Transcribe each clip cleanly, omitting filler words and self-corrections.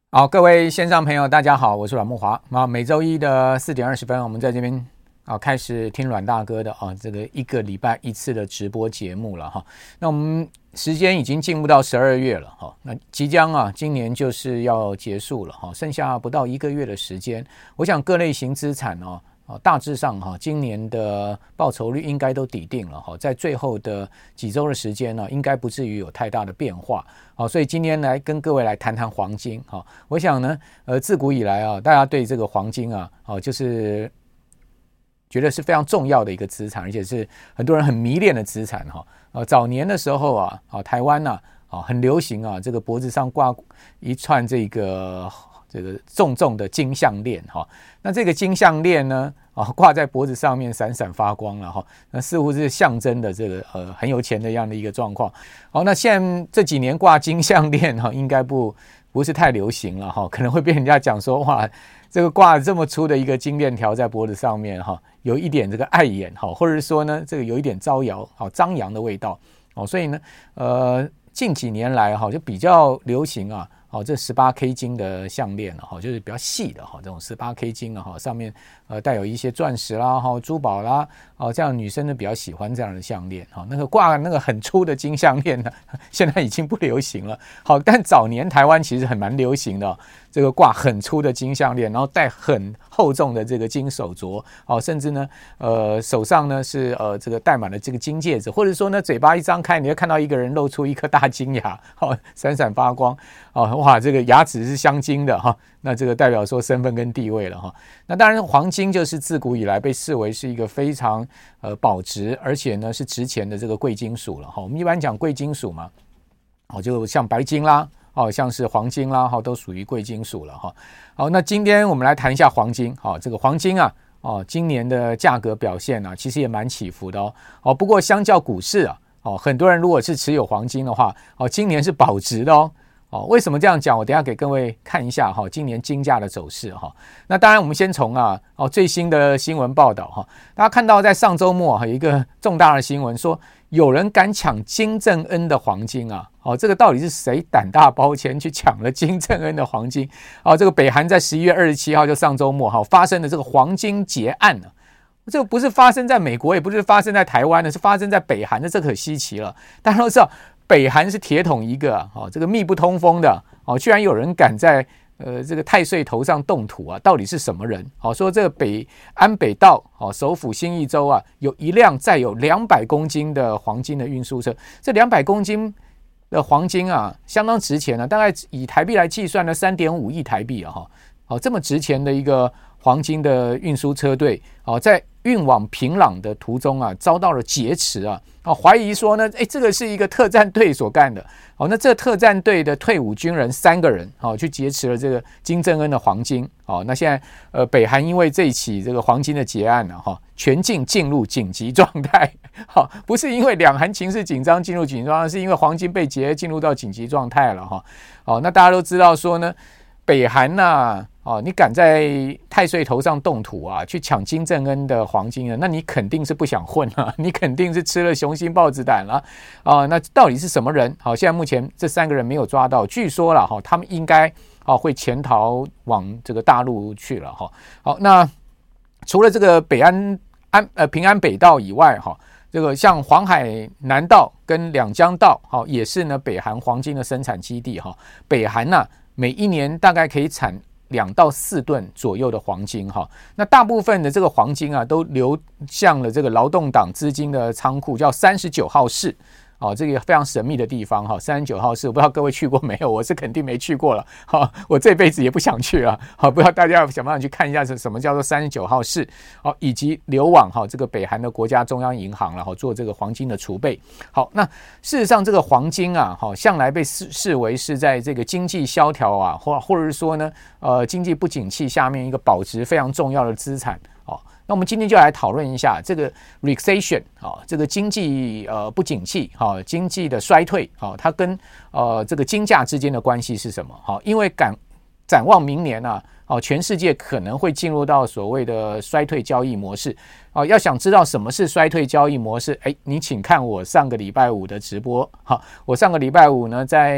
好，各位线上朋友，大家好，我是阮慕骅。每周一的4点20分，我们在这边开始听阮大哥的这个一个礼拜一次的直播节目了哈。那我们时间已经进入到12月了哈，那即将今年就是要结束了哈，剩下不到1个月的时间，我想各类型资产大致上今年的报酬率应该都底定了在最后的几周的时间应该不至于有太大的变化。所以今天来跟各位来谈谈黄金。我想呢，自古以来大家对这个黄金就是觉得是非常重要的一个资产，而且是很多人很迷恋的资产早年的时候台湾很流行这个脖子上挂一串这个重重的金项链那这个金项链呢挂在脖子上面闪闪发光了那似乎是象征的这个很有钱的样的一个状况。那现在这几年挂金项链应该不是太流行了可能会被人家讲说哇，这个挂这么粗的一个金链条在脖子上面有一点这个碍眼或者是说呢这个有一点招摇张扬的味道所以呢近几年来就比较流行这 18K 金的项链就是比较细的这种 18K 金上面带有一些钻石啦珠宝啦这样女生呢比较喜欢这样的项链那个挂那个很粗的金项链呢现在已经不流行了但早年台湾其实很蛮流行的这个挂很粗的金项链，然后戴很厚重的这个金手镯甚至呢手上呢是这个戴满了这个金戒指，或者说呢嘴巴一张开你会看到一个人露出一颗大金牙闪闪发光哇，这个牙齿是镶金的那这个代表说身份跟地位了那当然黄金就是自古以来被视为是一个非常保值而且呢是值钱的这个贵金属了我们一般讲贵金属嘛就像白金啦像是黄金啦都属于贵金属了好，那今天我们来谈一下黄金这个黄金今年的价格表现其实也蛮起伏的不过相较股市很多人如果是持有黄金的话今年是保值的为什么这样讲？我等一下给各位看一下今年金价的走势那当然我们先从最新的新闻报道大家看到在上周末有一个重大的新闻说有人敢抢金正恩的黄金这个到底是谁胆大包天去抢了金正恩的黄金这个北韩在11月27号就上周末发生的这个黄金劫案这个不是发生在美国也不是发生在台湾的，是发生在北韩的，这可稀奇了。大家都知道北韩是铁桶一个这个密不通风的居然有人敢在这个太岁头上动土到底是什么人说这个北安北道首府新义州有一辆载有200公斤的黄金的运输车，这200公斤的黄金相当值钱大概以台币来计算呢3.5亿台币这么值钱的一个黄金的运输车队在运往平壤的途中遭到了劫持怀疑说呢这个是一个特战队所干的那这个特战队的退伍军人3个人去劫持了这个金正恩的黄金那现在北韩因为这一起这个黄金的劫案全境进入紧急状态不是因为两韩情势紧张进入紧急状态，是因为黄金被劫进入到紧急状态了那大家都知道说呢北韩你敢在太岁头上动土去抢金正恩的黄金那你肯定是不想混你肯定是吃了雄心豹子胆了那到底是什么人现在目前这3个人没有抓到，据说了他们应该会潜逃往这个大陆去了好，那除了这个平安北道以外这个像黄海南道跟两江道也是呢北韩黄金的生产基地北韩每一年大概可以产2到4吨左右的黄金那大部分的这个黄金都流向了这个劳动党资金的仓库，叫39号室这个非常神秘的地方39号室，我不知道各位去过没有，我是肯定没去过了我这辈子也不想去了不知道大家想不想去看一下什么叫做39号室以及流往这个北韩的国家中央银行做这个黄金的储备。好，那事实上这个黄金向来被视为是在这个经济萧条或者是说呢经济不景气下面一个保值非常重要的资产那我们今天就来讨论一下这个 recession 这个经济不景气经济的衰退它跟这个金价之间的关系是什么因为展望明年全世界可能会进入到所谓的衰退交易模式要想知道什么是衰退交易模式你请看我上个礼拜五的直播我上个礼拜五呢在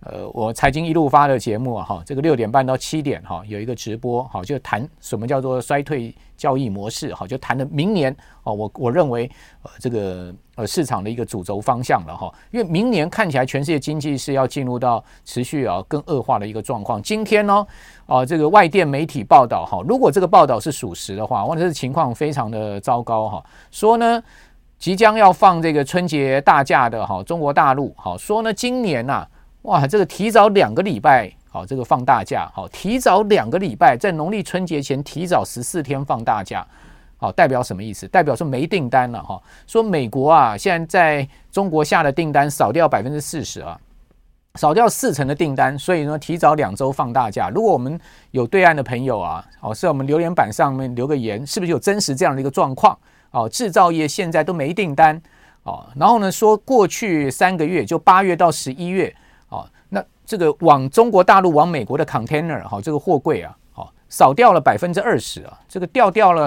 我财经一路发的节目这个6点半到7点有一个直播就谈什么叫做衰退交易模式就谈的明年我认为这个市场的一个主轴方向了因为明年看起来全世界经济是要进入到持续更恶化的一个状况。今天呢这个外电媒体报道如果这个报道是属实的话，或者是情况非常的糟糕说呢即将要放这个春节大假的中国大陆说呢今年哇，这个提早2个礼拜这个放大假提早2个礼拜，在农历春节前提早14天放大假代表什么意思？代表说没订单了说美国现在在中国下的订单少掉 40% 少掉40%的订单，所以呢提早2周放大假。如果我们有对岸的朋友是我们留言板上面留个言，是不是有真实这样的一个状况制造业现在都没订单然后呢说过去3个月就8月到11月那这个往中国大陆往美国的 container 这个货柜少掉了 20% 这个掉了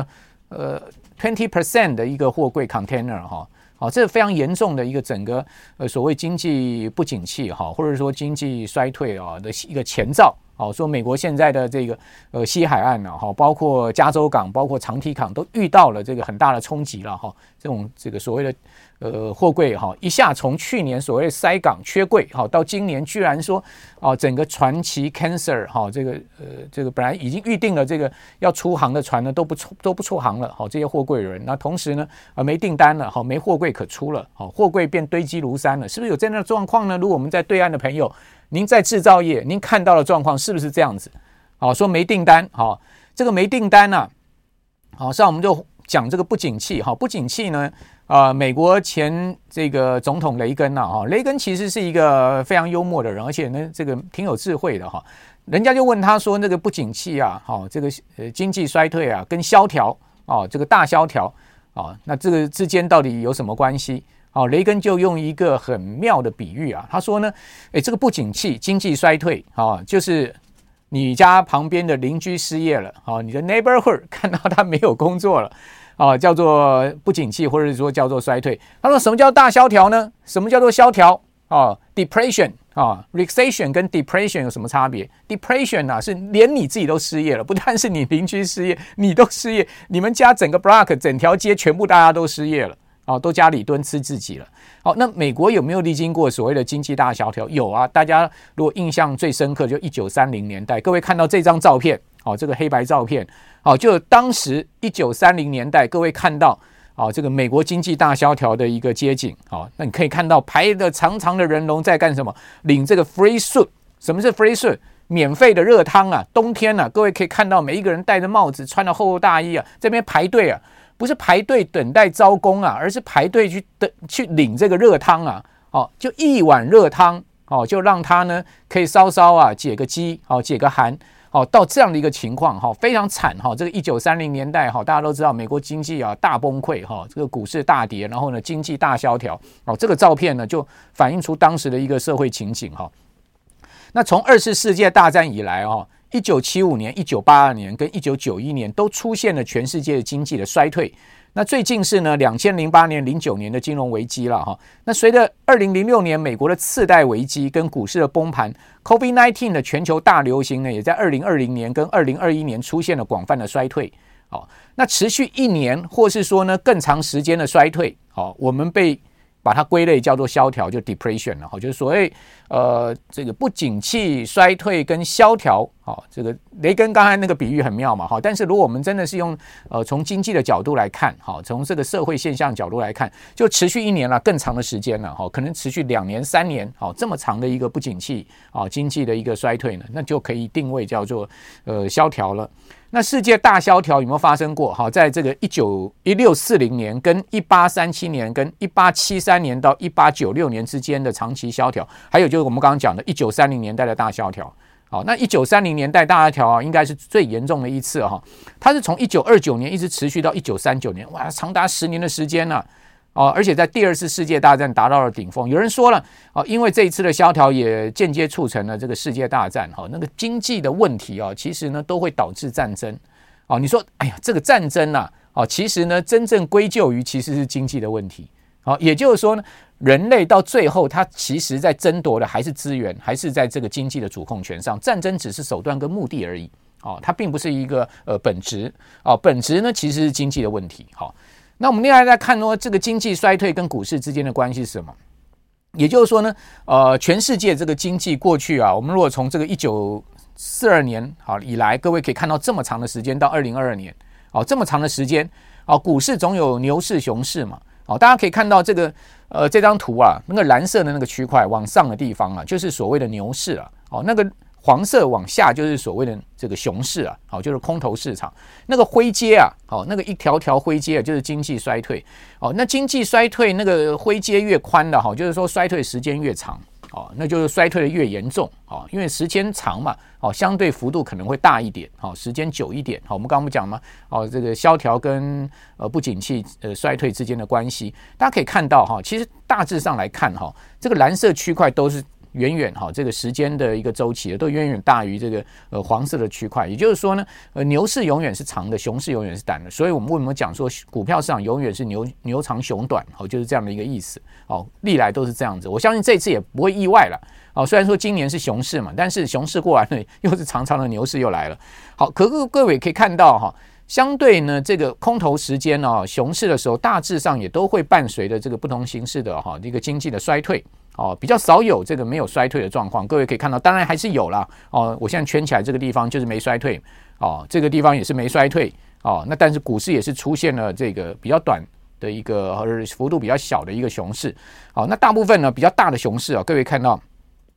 20% 的一个货柜 container 这是非常严重的一个整个所谓经济不景气或者说经济衰退的一个前兆说美国现在的这个西海岸包括加州港包括长堤港都遇到了这个很大的冲击了这个所谓的货柜一下从去年所谓塞港缺柜到今年居然说整个船期 cancel 这个本来已经预定了这个要出航的船呢都不出航了这些货柜人，那同时呢没订单了没货柜可出了货柜变堆积如山了，是不是有这样的状况呢？如果我们在对岸的朋友，您在制造业您看到的状况是不是这样子说没订单这个没订单像我们就讲这个不景气不景气呢美国前这个总统雷根雷根其实是一个非常幽默的人，而且呢这个挺有智慧的人家就问他说那个不景气这个经济衰退跟萧条这个大萧条那这个之间到底有什么关系雷根就用一个很妙的比喻他说呢这个不景气经济衰退就是你家旁边的邻居失业了你的 neighborhood 看到他没有工作了叫做不景气，或者说叫做衰退。他说什么叫大萧条呢？什么叫做萧条depression recession 跟 depression 有什么差别？ depression 是连你自己都失业了，不但是你邻居失业，你都失业，你们家整个 block 整条街全部大家都失业了都家里蹲吃自己了那美国有没有历经过所谓的经济大萧条？有大家如果印象最深刻就1930年代，各位看到这张照片这个黑白照片就当时1930年代各位看到这个美国经济大萧条的一个街景那你可以看到排的长长的人龙在干什么？领这个 free soup。 什么是 free soup？ 免费的热汤冬天各位可以看到每一个人戴着帽子穿着厚大衣这边排队不是排队等待招工而是排队去领这个热汤就一碗热汤就让他呢可以稍稍解个饥解个寒到这样的一个情况非常惨这个1930年代大家都知道美国经济大崩溃这个股市大跌，然后呢经济大萧条这个照片呢就反映出当时的一个社会情景那从2次世界大战以来1975年、1982年跟1991年都出现了全世界经济的衰退。那最近是呢2008年、09年的金融危机了那随着2006年美国的次贷危机跟股市的崩盘 ，COVID-19 的全球大流行呢，也在2020年跟2021年出现了广泛的衰退那持续1年或是说呢更长时间的衰退我们把它归类叫做萧条，就 depression 了就是所谓这个不景气衰退跟萧条这个雷根刚才那个比喻很妙嘛但是如果我们真的是用从经济的角度来看从这个社会现象角度来看，就持续1年了，更长的时间了可能持续2年3年这么长的一个不景气经济的一个衰退呢，那就可以定位叫做萧条了。那世界大萧条有没有发生过在这个1640年跟1837年跟1873年到1896年之间的长期萧条，还有就是我们刚刚讲的1930年代的大萧条那1930年代大萧条应该是最严重的一次它是从1929年一直持续到1939年，哇，长达10年的时间而且在第2次世界大战达到了顶峰。有人说了因为这一次的萧条也间接促成了这个世界大战那个经济的问题其实呢都会导致战争你说哎呀这个战争其实呢真正归咎于其实是经济的问题好，也就是说呢，人类到最后，它其实在争夺的还是资源，还是在这个经济的主控权上。战争只是手段跟目的而已，它并不是一个本质，本质呢其实是经济的问题。好，那我们另外再看说这个经济衰退跟股市之间的关系是什么？也就是说呢，全世界这个经济过去我们如果从这个1942年以来，各位可以看到这么长的时间到2022年，这么长的时间，股市总有牛市熊市嘛。大家可以看到这张图那个蓝色的那个区块往上的地方就是所谓的牛市那个黄色往下就是所谓的这个熊市就是空头市场。那个灰阶那个一条条灰阶就是经济衰退。那经济衰退那个灰阶越宽的就是说衰退时间越长。那就是衰退的越严重因为时间长嘛相对幅度可能会大一点时间久一点我们刚刚不讲吗这个萧条跟不景气衰退之间的关系，大家可以看到其实大致上来看这个蓝色区块都是远远这个时间的一个周期都远远大于这个黄色的区块。也就是说呢牛市永远是长的，熊市永远是短的。所以我们为什么讲说股票市场永远是牛长熊短就是这样的一个意思历来都是这样子。我相信这次也不会意外了虽然说今年是熊市嘛，但是熊市过完了又是长长的牛市又来了。好，可各位可以看到相对呢这个空头时间熊市的时候大致上也都会伴随着这个不同形式的一个经济的衰退比较少有这个没有衰退的状况。各位可以看到，当然还是有啦我现在圈起来这个地方就是没衰退这个地方也是没衰退那但是股市也是出现了这个比较短的一个幅度比较小的一个熊市那大部分呢比较大的熊市各位看到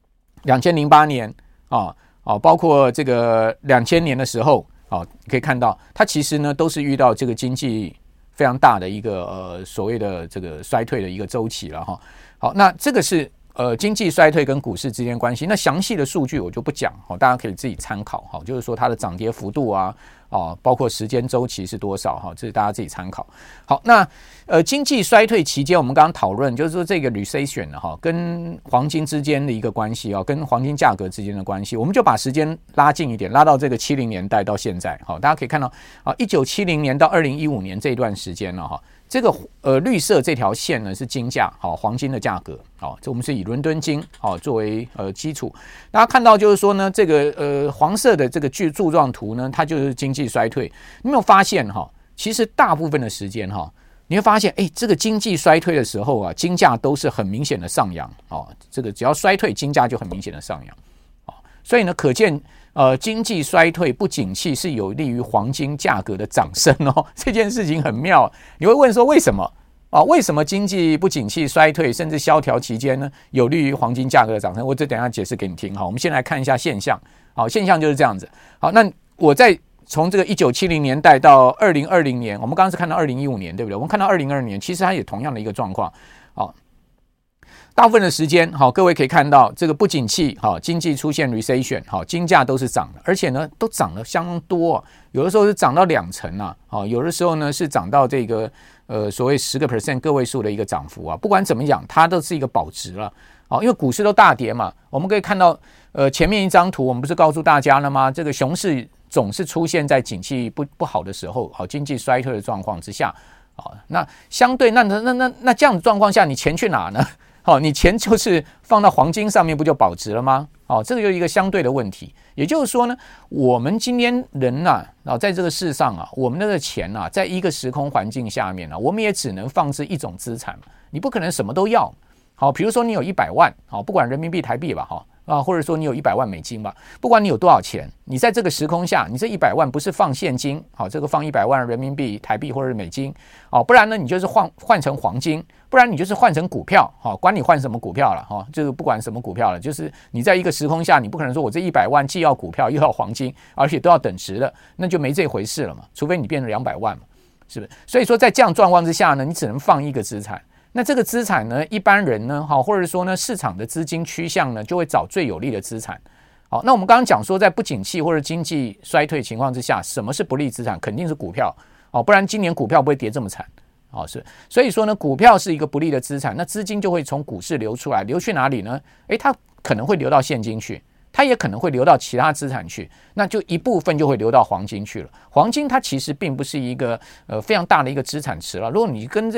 2008年包括这个2000年的时候可以看到它其实呢都是遇到这个经济非常大的一个所谓的这个衰退的一个周期了好，那这个是经济衰退跟股市之间关系。那详细的数据我就不讲大家可以自己参考就是说它的涨跌幅度包括时间周期是多少这是大家自己参考。好，那经济衰退期间我们刚刚讨论就是说这个 recession 跟黄金之间的一个关系跟黄金价格之间的关系，我们就把时间拉近一点，拉到这个70年代到现在大家可以看到1970年到2015年这一段时间这个绿色这条线呢是金价黄金的价格这我们是以伦敦金作为基础。大家看到就是说呢这个黄色的这个柱状图呢它就是经济衰退。你有没有发现其实大部分的时间你会发现这个经济衰退的时候金价都是很明显的上扬这个只要衰退金价就很明显的上扬所以呢可见经济衰退不景气是有利于黄金价格的涨升这件事情很妙。你会问说为什么为什么经济不景气衰退甚至萧条期间呢有利于黄金价格的涨升？我这等一下解释给你听我们先来看一下现象现象就是这样子。好，那我再从这个1970年代到2020年，我们刚刚是看到2015年对不对？我们看到2022年其实它也同样的一个状况大部分的时间各位可以看到这个不景气经济出现 recession 金价都是涨的，而且呢都涨得相当多有的时候是涨到2成有的时候呢是涨到这个所谓10% 个位数的一个涨幅不管怎么讲它都是一个保值了因为股市都大跌嘛。我们可以看到前面一张图我们不是告诉大家了吗？这个熊市总是出现在景气不好的时候经济衰退的状况之下那相对那这样的状况下你钱去哪呢？你钱就是放到黄金上面不就保值了吗？这个就是一个相对的问题。也就是说呢我们今天人在这个世上我们那个钱在一个时空环境下面我们也只能放置一种资产，你不可能什么都要比如说你有100万不管人民币台币吧或者说你有100万美金吧，不管你有多少钱，你在这个时空下你这100万不是放现金这个放100万人民币台币或者是美金不然呢你就是换成黄金，不然你就是换成股票管你换什么股票了这个不管什么股票了，就是你在一个时空下你不可能说我这100万既要股票又要黄金而且都要等值的，那就没这回事了嘛，除非你变成200万嘛，是不是？所以说在这样状况之下呢你只能放一个资产，那这个资产呢一般人呢或者说呢市场的资金趋向呢就会找最有利的资产那我们刚刚讲说在不景气或者经济衰退情况之下什么是不利资产？肯定是股票不然今年股票不会跌这么惨是。所以说呢股票是一个不利的资产，那资金就会从股市流出来，流去哪里呢？它可能会流到现金去，它也可能会流到其他资产去，那就一部分就会流到黄金去了。黄金它其实并不是一个非常大的一个资产池了，如果你跟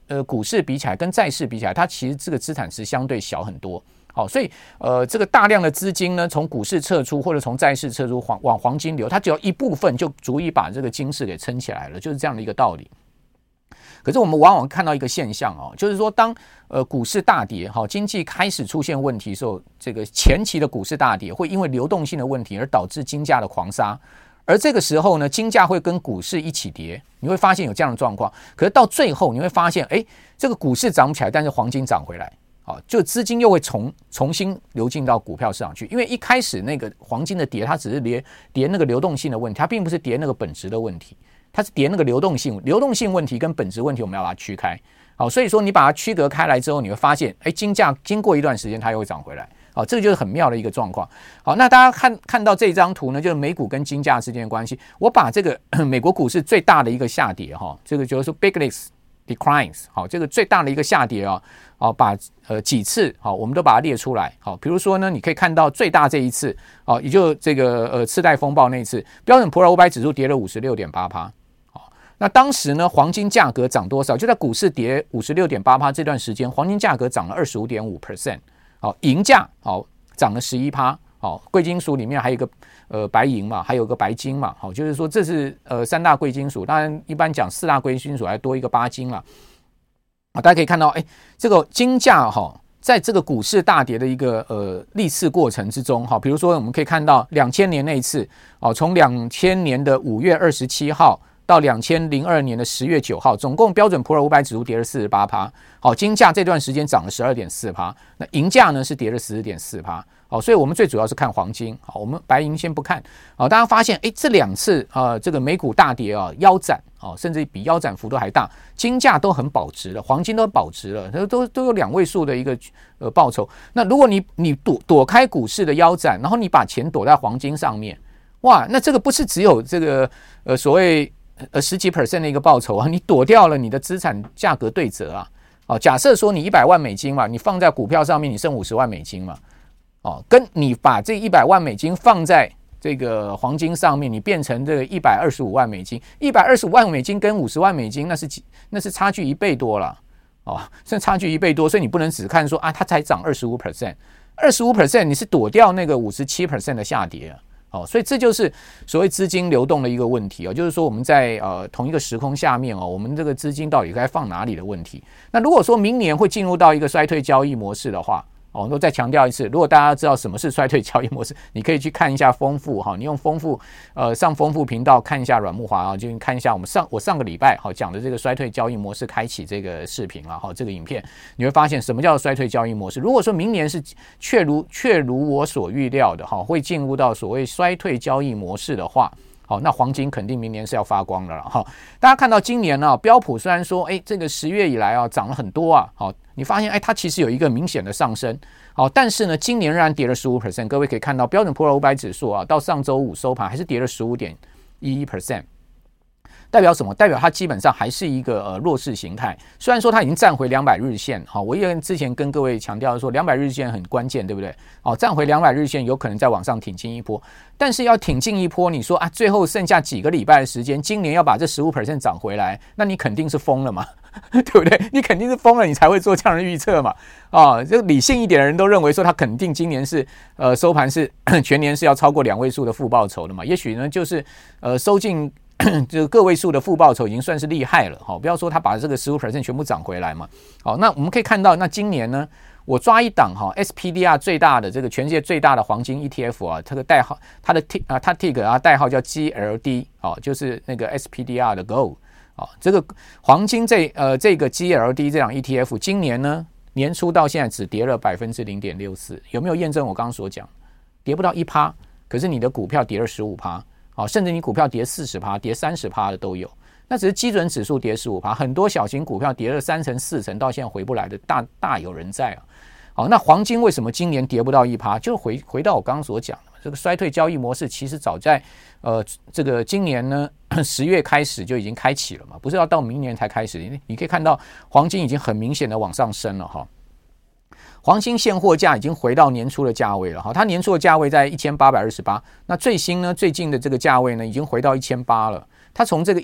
股市比起来，跟债市比起来，它其实这个资产值相对小很多。好，所以这个大量的资金呢，从股市撤出或者从债市撤出，往黄金流，它只要一部分就足以把这个金市给撑起来了，就是这样的一个道理。可是我们往往看到一个现象哦，就是说当股市大跌，经济开始出现问题的时候，这个前期的股市大跌会因为流动性的问题而导致金价的狂杀，而这个时候呢，金价会跟股市一起跌，你会发现有这样的状况。可是到最后你会发现，这个股市涨不起来，但是黄金涨回来。就资金又会重新流进到股票市场去，因为一开始那个黄金的跌，它只是跌那个流动性的问题，它并不是跌那个本质的问题，它是跌那个流动性问题跟本质问题，我们要把它区开。好，所以说你把它区隔开来之后，你会发现，金价经过一段时间它又会涨回来。好，这个就是很妙的一个状况。好，那大家看到这张图呢，就是美股跟金价之间的关系。我把这个美国股市最大的一个下跌这个就是说 biggest declines， 好，这个最大的一个下跌把几次我们都把它列出来。好，比如说呢，你可以看到最大这一次也就这个次贷风暴那一次，标准普尔500指数跌了 56.8%。好，那当时呢，黄金价格涨多少？就在股市跌 56.8% 这段时间，黄金价格涨了 25.5%。好，银价涨了 11%。好，贵金属里面还有一个白银嘛，还有个白金嘛。好，就是说这是三大贵金属，当然一般讲四大贵金属还多一个巴金啦。大家可以看到，这个金价在这个股市大跌的一个历次过程之中，比如说我们可以看到2000年那一次，从2000年的5月27号到2002年的10月9号，总共标准普尔500指数跌了 48%。好，金价这段时间涨了 12.4%， 那银价呢是跌了 14.4%。好，所以我们最主要是看黄金。好，我们白银先不看。好，大家发现这两次这个美股大跌腰斩甚至比腰斩幅度还大，金价都很保值了，黄金都保值了，都有2位数的一个报酬。那如果你躲开股市的腰斩，然后你把钱躲在黄金上面，哇，那这个不是只有这个所谓10几% 的一个报酬啊，你躲掉了你的资产价格对折啊。假设说你$100万嘛，你放在股票上面，你剩$50万嘛。跟你把这$100万放在这个黄金上面，你变成这个$125万，$125万跟$50万，那是差距1倍多了。是差距1倍多，所以你不能只看说它才涨 25%，25% 你是躲掉那个 57% 的下跌啊。所以这就是所谓资金流动的一个问题就是说我们在同一个时空下面我们这个资金到底该放哪里的问题。那如果说明年会进入到一个衰退交易模式的话，我都再强调一次，如果大家知道什么是衰退交易模式，你可以去看一下丰富你用丰富上丰富频道看一下阮慕骅就看一下我上个礼拜讲的这个衰退交易模式开启这个视频这个影片，你会发现什么叫衰退交易模式。如果说明年是确如我所预料的会进入到所谓衰退交易模式的话，那黄金肯定明年是要发光的了大家看到今年标普虽然说这个10月以来涨了很多你发现它其实有一个明显的上升但是呢今年仍然跌了 15%。 各位可以看到标准普尔500指数到上周五收盘还是跌了 15.11%。代表什么？代表它基本上还是一个弱势形态。虽然说它已经站回200日线，我也之前跟各位强调说200日线很关键，对不对？站回200日线有可能再往上挺进一波，但是要挺进一波，你说最后剩下几个礼拜的时间，今年要把这 15% 涨回来，那你肯定是疯了嘛，对不对？你肯定是疯了，你才会做这样的预测嘛。这理性一点的人都认为说他肯定今年是收盘是全年是要超过2位数的负报酬的嘛。也许呢就是收进这个个位数的负报酬已经算是厉害了不要说他把这个 15% 全部涨回来嘛。好，那我们可以看到，那今年呢，我抓一档SPDR 最大的这个全世界最大的黄金 ETF 这个代号它 tick 代号叫 GLD 就是那个 SPDR 的 Gold 这个黄金这个 GLD 这档 ETF 今年呢年初到现在只跌了 0.64%， 有没有验证我刚刚所讲？跌不到 1%， 可是你的股票跌了 15%。甚至你股票跌 40%、跌 30% 的都有，那只是基准指数跌 15%， 很多小型股票跌了3成4成，到现在回不来的大有人在好，那黄金为什么今年跌不到 1%？ 就回到我刚刚所讲的，这个衰退交易模式其实早在这个今年呢10月开始就已经开启了嘛，不是要到明年才开始。你可以看到黄金已经很明显的往上升了黄金现货价已经回到年初的价位了它年初的价位在1828，那最新呢最近的这个价位呢已经回到1800了。 它从这个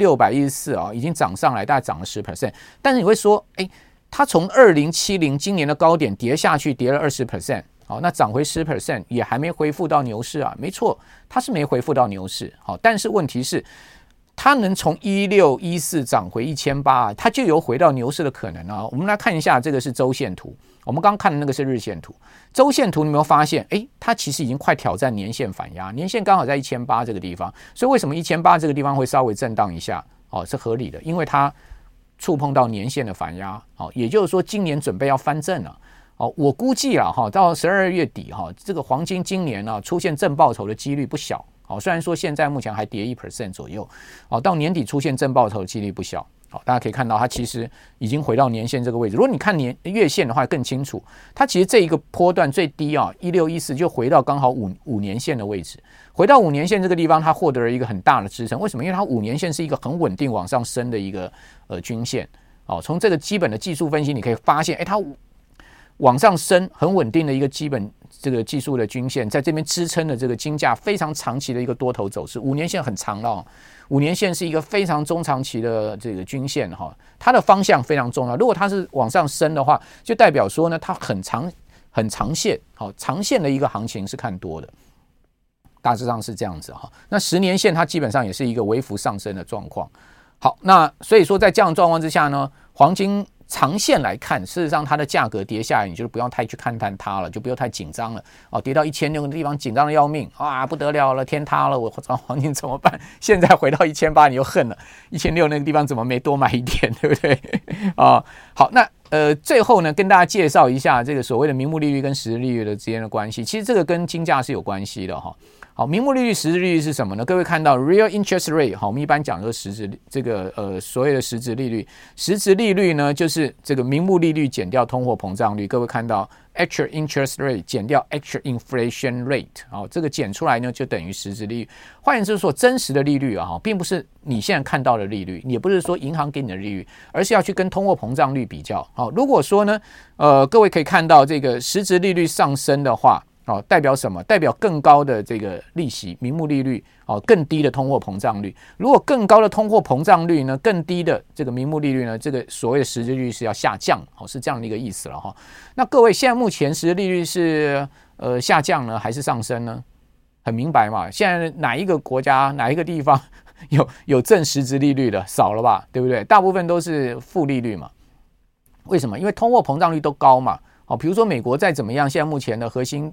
1614啊，已经涨上来，大概涨了10%。但是你会说，它从2070今年的高点跌下去，跌了20%，好，那涨回10%也还没恢复到牛市啊，没错，它是没恢复到牛市，好，但是问题是，它能从1614涨回1800，它就有回到牛市的可能啊。我们来看一下，这个是周线图，我们刚刚看的那个是日线图。周线图你有没有发现，它其实已经快挑战年线反压，年线刚好在1800这个地方，所以为什么1800这个地方会稍微震荡一下？是合理的，因为它触碰到年线的反压，也就是说今年准备要翻正了。我估计啦，到12月底这个黄金今年出现正报酬的几率不小。虽然说现在目前还跌1% 左右，到年底出现正报酬的几率不小。大家可以看到它其实已经回到年线这个位置。如果你看月线的话更清楚，它其实这一个波段最低1614就回到刚好五年线的位置，回到5年线这个地方，它获得了一个很大的支撑。为什么？因为它5年线是一个很稳定往上升的一个均线。从这个基本的技术分析你可以发现，它往上升很稳定的一个基本这个技术的均线，在这边支撑的这个金价非常长期的一个多头走势。5年线很长了，5年线是一个非常中长期的这个均线它的方向非常重要。如果它是往上升的话，就代表说呢，它很长线，长线的一个行情是看多的，大致上是这样子那10年线它基本上也是一个微幅上升的状况。好，那所以说在这样的状况之下呢，黄金长线来看，事实上它的价格跌下来，你就不要太去看淡它了，就不要太紧张了跌到1600的地方紧张的要命不得了了，天塌了，我黄金怎么办？现在回到1800你又恨了，1600那个地方怎么没多买一点，对不对好，那最后呢，跟大家介绍一下这个所谓的名目利率跟实质利率的之间的关系。其实这个跟金价是有关系的好，名目利率、实质利率是什么呢？各位看到 real interest rate， 我们一般讲说实质这个所谓的实质利率，实质利率呢就是这个名目利率减掉通货膨胀率。各位看到 actual interest rate 减掉 actual inflation rate， 这个减出来呢就等于实质利率。换言之说，真实的利率并不是你现在看到的利率，也不是说银行给你的利率，而是要去跟通货膨胀率比较。如果说呢，各位可以看到这个实质利率上升的话，代表什么？代表更高的这个利息，名目利率更低的通货膨胀率。如果更高的通货膨胀率呢，更低的这个名目利率呢，这个所谓的实质利率是要下降，是这样的一个意思了那各位现在目前实质利率是下降呢，还是上升呢？很明白嘛，现在哪一个国家哪一个地方有正实质利率的？少了吧，对不对？大部分都是负利率嘛。为什么？因为通货膨胀率都高嘛。比如说美国再怎么样，现在目前的核心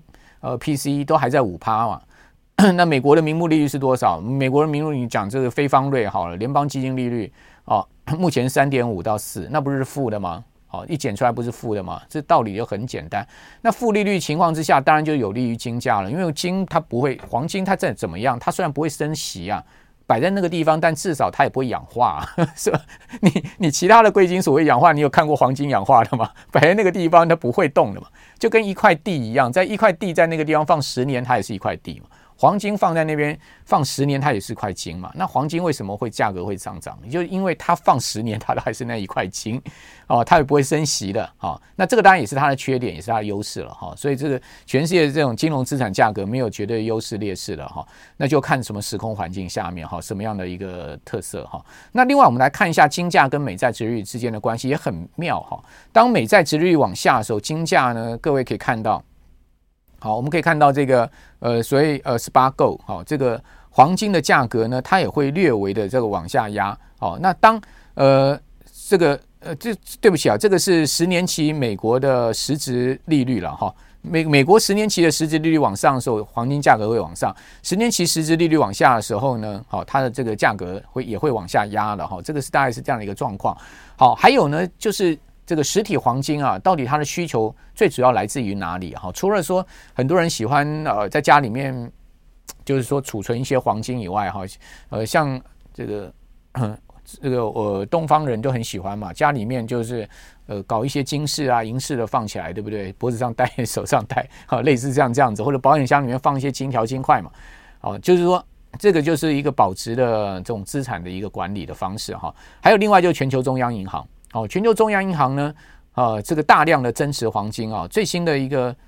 PCE 都还在 5% 嘛。那美国的名目利率是多少？美国的名目，你讲这个非方瑞好了，联邦基金利率目前 3.5 到4，那不是负的吗？一减出来不是负的吗？这道理就很简单。那负利率情况之下，当然就有利于金价了，因为金它不会，黄金它再怎么样，它虽然不会升息摆在那个地方，但至少它也不会氧化是吧？你其他的贵金属会氧化，你有看过黄金氧化的吗？摆在那个地方它不会动的嘛，就跟一块地一样，在一块地在那个地方放10年，它也是一块地嘛。黄金放在那边放10年，它也是块金嘛。那黄金为什么会价格会上涨？就因为它放10年，它都还是那一块金它也不会升息的那这个当然也是它的缺点，也是它的优势了所以这个全世界的这种金融资产价格没有绝对优势劣势了那就看什么时空环境下面什么样的一个特色那另外我们来看一下金价跟美债殖利率之间的关系也很妙当美债殖利率往下的时候，金价呢，各位可以看到。好，我们可以看到这个所谓spot gold 这个黄金的价格呢，它也会略微的这个往下压那当这个对不起这个是10年期美国的实质利率了美国10年期的实质利率往上的时候，黄金价格会往上；10年期实质利率往下的时候呢，它的这个价格也会往下压了这个是大概是这样的一个状况。好，还有呢就是这个实体黄金到底它的需求最主要来自于哪里除了说很多人喜欢在家里面就是说储存一些黄金以外像这个东方人都很喜欢嘛，家里面就是搞一些金饰银饰的放起来，对不对？脖子上戴手上戴类似这样子，或者保险箱里面放一些金条金块嘛就是说这个就是一个保值的这种资产的一个管理的方式还有另外就是全球中央银行全球中央银行呢这个大量的增持黄金最新的一个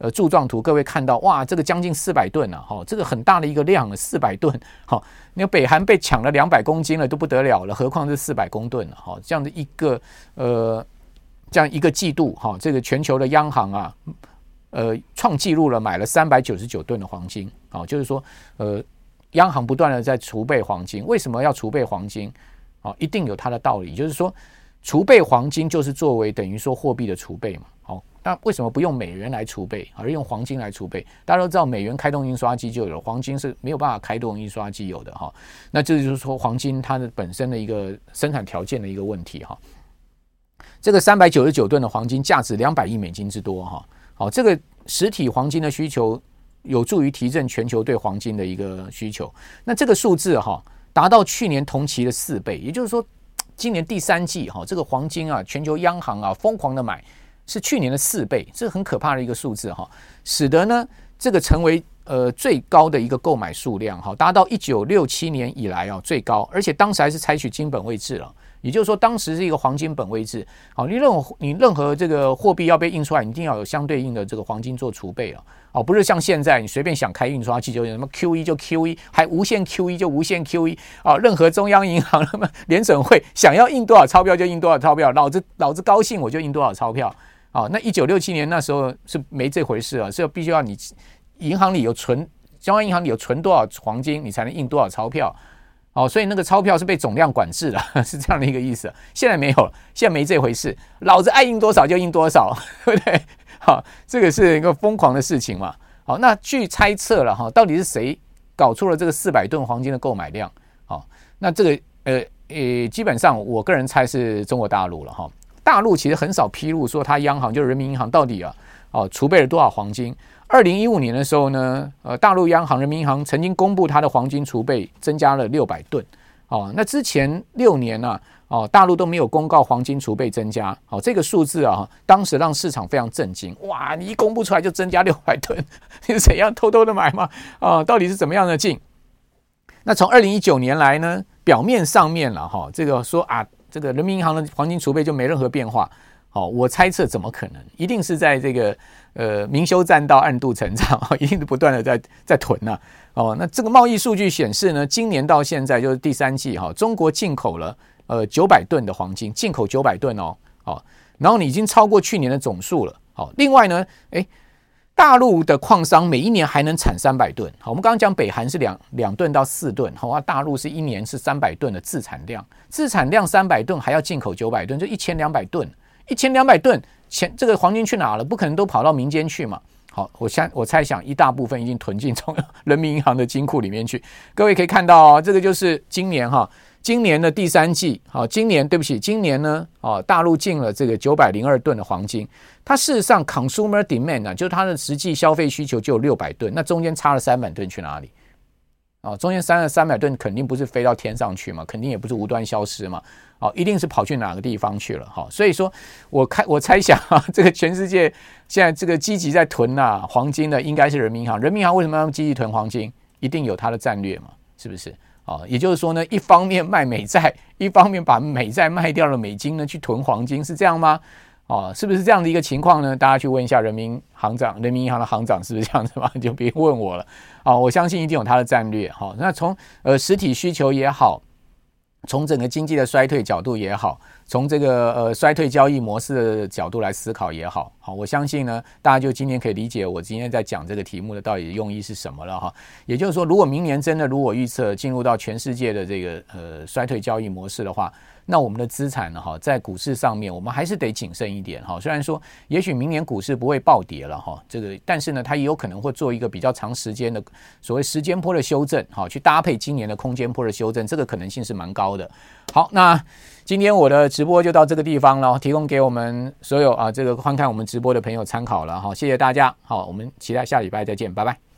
柱状图，各位看到哇，这个将近400吨啊，这个很大的一个量，400吨，那北韩被抢了200公斤了都不得了了，何况是400公吨了，这样的一个这样一个季度，这个全球的央行啊，创纪录了，买了399吨的黄金，就是说央行不断的在储备黄金，为什么要储备黄金？一定有它的道理，就是说储备黄金就是作为等于说货币的储备嘛。那为什么不用美元来储备，而用黄金来储备？大家都知道美元开动印刷机就有了，黄金是没有办法开动印刷机有的哈。那这就是说黄金它的本身的一个生产条件的一个问题哈。这个399吨的黄金价值200亿美金之多哈。好，这个实体黄金的需求有助于提振全球对黄金的一个需求。那这个数字哈达到去年同期的4倍，也就是说今年第3季哈这个黄金啊全球央行啊疯狂的买。是去年的4倍，这很可怕的一个数字哈，使得呢这个成为最高的一个购买数量哈，达到1967年以来最高，而且当时还是采取金本位制了，也就是说当时是一个黄金本位制。好，你任何这个货币要被印出来，你一定要有相对应的这个黄金做储备了。不是像现在你随便想开印刷机就有什么 QE 就 QE， 还无限 QE 就无限 QE 任何中央银行那么联准会想要印多少钞票就印多少钞票，老子高兴我就印多少钞票。那1967年那时候是没这回事啊，是必须要你银行里有存，中央银行里有存多少黄金，你才能印多少钞票。所以那个钞票是被总量管制的，是这样的一个意思。现在没有了，现在没这回事，老子爱印多少就印多少，对不对？这个是一个疯狂的事情嘛。那据猜测了到底是谁搞出了这个400吨黄金的购买量？那这个基本上我个人猜是中国大陆了哈。大陆其实很少披露说它央行就是人民银行到底储备了多少黄金。2015年的时候呢，大陆央行人民银行曾经公布它的黄金储备增加了600吨。那之前6年啊，大陆都没有公告黄金储备增加。这个数字啊，当时让市场非常震惊。哇，你一公布出来就增加600吨，你是怎样偷偷的买吗？到底是怎么样的进？那从2019年来呢，表面上面了这个说这个人民银行的黄金储备就没任何变化。我猜测怎么可能？一定是在这个明修栈道暗度陈仓，一定是不断的在囤啊。那这个贸易数据显示呢，今年到现在就是第3季中国进口了900吨的黄金，进口900吨然后你已经超过去年的总数了。另外呢，大陆的矿商每一年还能产300吨。我们刚刚讲北韩是2吨到4吨，大陆是一年是300吨的自产量300吨，还要进口900吨，就1200吨。1200吨钱，这个黄金去哪了？不可能都跑到民间去嘛。好，我猜想一大部分已经囤进人民银行的金库里面去。各位可以看到这个就是今年的第3季。今年呢大陆进了这个902吨的黄金。它事实上 consumer demand 就是它的实际消费需求就有600吨，那中间差了300吨去哪里？中间300吨肯定不是飞到天上去嘛，肯定也不是无端消失嘛。一定是跑去哪个地方去了。所以说我猜想这个全世界现在这个积极在囤黄金的应该是人民银行。人民银行为什么要积极囤黄金？一定有它的战略嘛，是不是？也就是说呢，一方面卖美债，一方面把美债卖掉了美金呢去囤黄金，是这样吗？是不是这样的一个情况呢？大家去问一下人民银行的行长是不是这样子嘛？就别问我了。我相信一定有它的战略。那从实体需求也好，从整个经济的衰退角度也好，从这个衰退交易模式的角度来思考也好，我相信呢，大家就今天可以理解我今天在讲这个题目的到底用意是什么了哈。也就是说，如果明年真的如我预测进入到全世界的这个衰退交易模式的话，那我们的资产呢在股市上面我们还是得谨慎一点。虽然说也许明年股市不会暴跌了但是呢它也有可能会做一个比较长时间的所谓时间波的修正去搭配今年的空间波的修正，这个可能性是蛮高的。好，那今天我的直播就到这个地方了，提供给我们所有这个观看我们直播的朋友参考了。谢谢大家。好，我们期待下礼拜再见，拜拜。